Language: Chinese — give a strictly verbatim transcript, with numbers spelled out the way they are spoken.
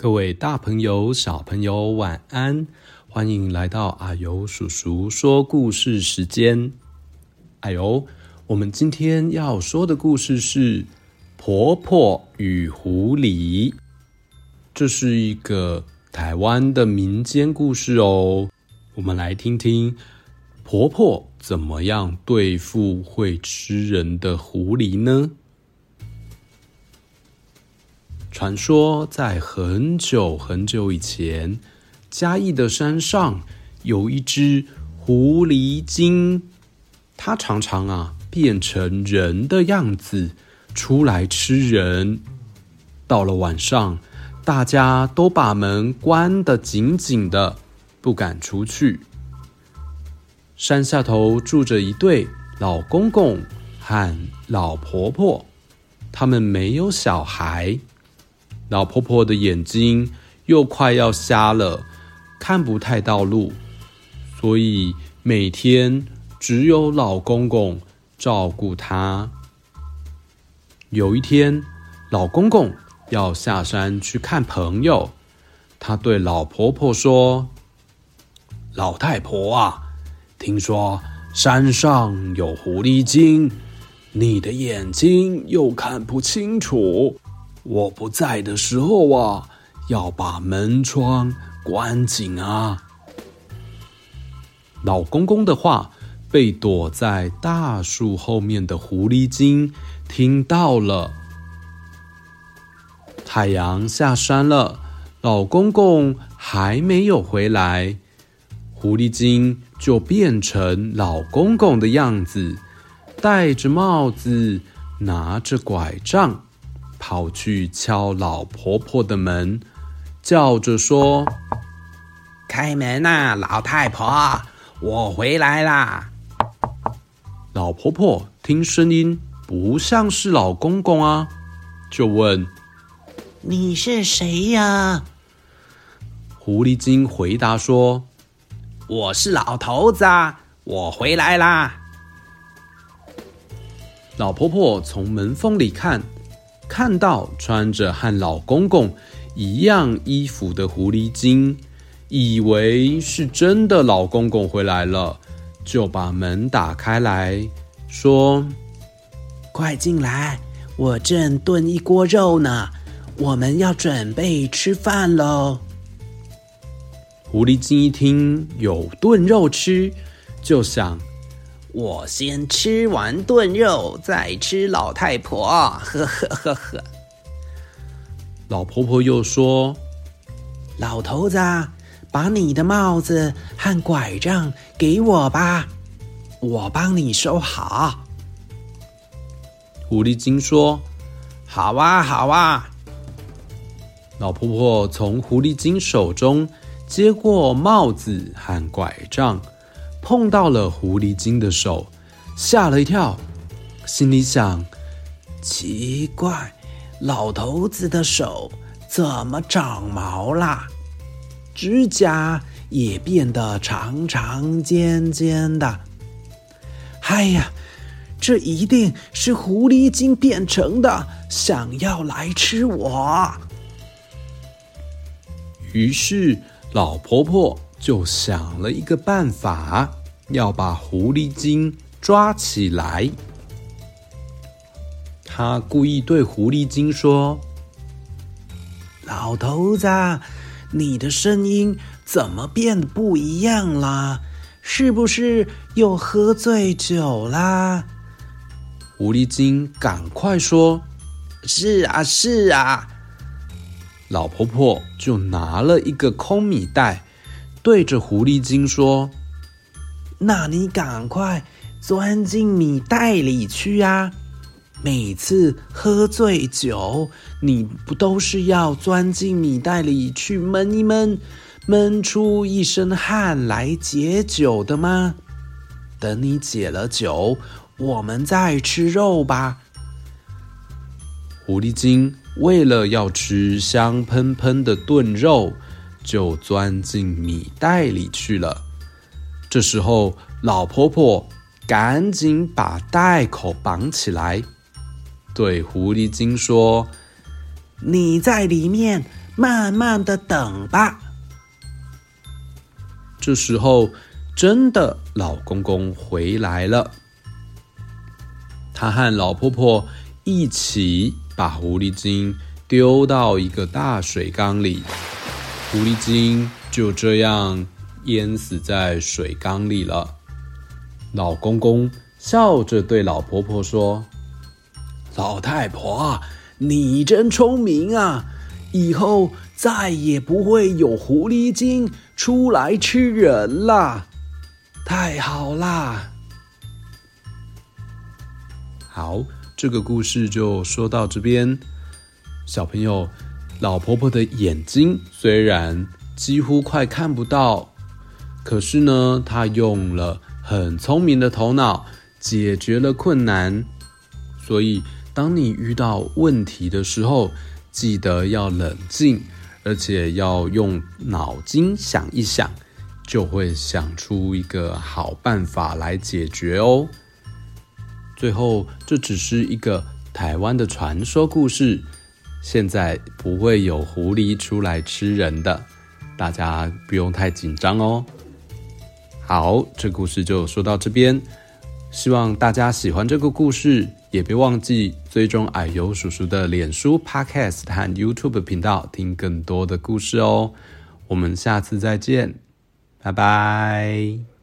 各位大朋友、小朋友，晚安！欢迎来到阿尤叔叔说故事时间。哎呦，我们今天要说的故事是婆婆与狐狸。这是一个台湾的民间故事哦。我们来听听婆婆怎么样对付会吃人的狐狸呢？传说在很久很久以前，嘉义的山上有一只狐狸精，它常常啊变成人的样子出来吃人。到了晚上，大家都把门关得紧紧的，不敢出去。山下头住着一对老公公和老婆婆，他们没有小孩。老婆婆的眼睛又快要瞎了，看不太到路，所以每天只有老公公照顾她。有一天，老公公要下山去看朋友，他对老婆婆说：老太婆啊，听说山上有狐狸精，你的眼睛又看不清楚，我不在的时候啊，要把门窗关紧啊。老公公的话被躲在大树后面的狐狸精听到了。太阳下山了，老公公还没有回来，狐狸精就变成老公公的样子，戴着帽子，拿着拐杖，跑去敲老婆婆的门，叫着说：开门啊，老太婆，我回来啦。老婆婆听声音不像是老公公啊，就问：你是谁呀？狐狸精回答说：我是老头子啊，我回来啦。老婆婆从门缝里看，看到穿着和老公公一样衣服的狐狸精，以为是真的老公公回来了，就把门打开来，说：快进来，我正炖一锅肉呢，我们要准备吃饭咯。狐狸精一听有炖肉吃，就想：我先吃完炖肉，再吃老太婆，呵呵呵呵。老婆婆又说：老头子，把你的帽子和拐杖给我吧，我帮你收好。狐狸精说：好啊好啊。老婆婆从狐狸精手中接过帽子和拐杖，碰到了狐狸精的手，吓了一跳，心里想：奇怪，老头子的手怎么长毛啦？指甲也变得长长尖尖的。哎呀，这一定是狐狸精变成的，想要来吃我。于是老婆婆就想了一个办法，要把狐狸精抓起来。她故意对狐狸精说：老头子，你的声音怎么变得不一样啦？是不是又喝醉酒啦？狐狸精赶快说：是啊是啊。老婆婆就拿了一个空米袋，对着狐狸精说：那你赶快钻进米袋里去啊，每次喝醉酒，你不都是要钻进米袋里去闷一闷，闷出一身汗来解酒的吗？等你解了酒，我们再吃肉吧。狐狸精为了要吃香喷喷的炖肉，就钻进米袋里去了。这时候，老婆婆赶紧把袋口绑起来，对狐狸精说：你在里面慢慢的等吧。 这时候，真的老公公回来了，他和老婆婆一起把狐狸精丢到一个大水缸里，狐狸精就这样淹死在水缸里了。老公公笑着对老婆婆说： 老太婆，你真聪明啊，以后再也不会有狐狸精出来吃人啦，太好啦。 好，这个故事就说到这边。小朋友，老婆婆的眼睛虽然几乎快看不到，可是呢，她用了很聪明的头脑解决了困难。所以当你遇到问题的时候，记得要冷静，而且要用脑筋想一想，就会想出一个好办法来解决哦。最后，这只是一个台湾的传说故事，现在不会有狐狸出来吃人的，大家不用太紧张哦。好，这故事就说到这边，希望大家喜欢这个故事，也别忘记追踪矮油叔叔的脸书 Podcast 和 YouTube 频道，听更多的故事哦。我们下次再见，拜拜。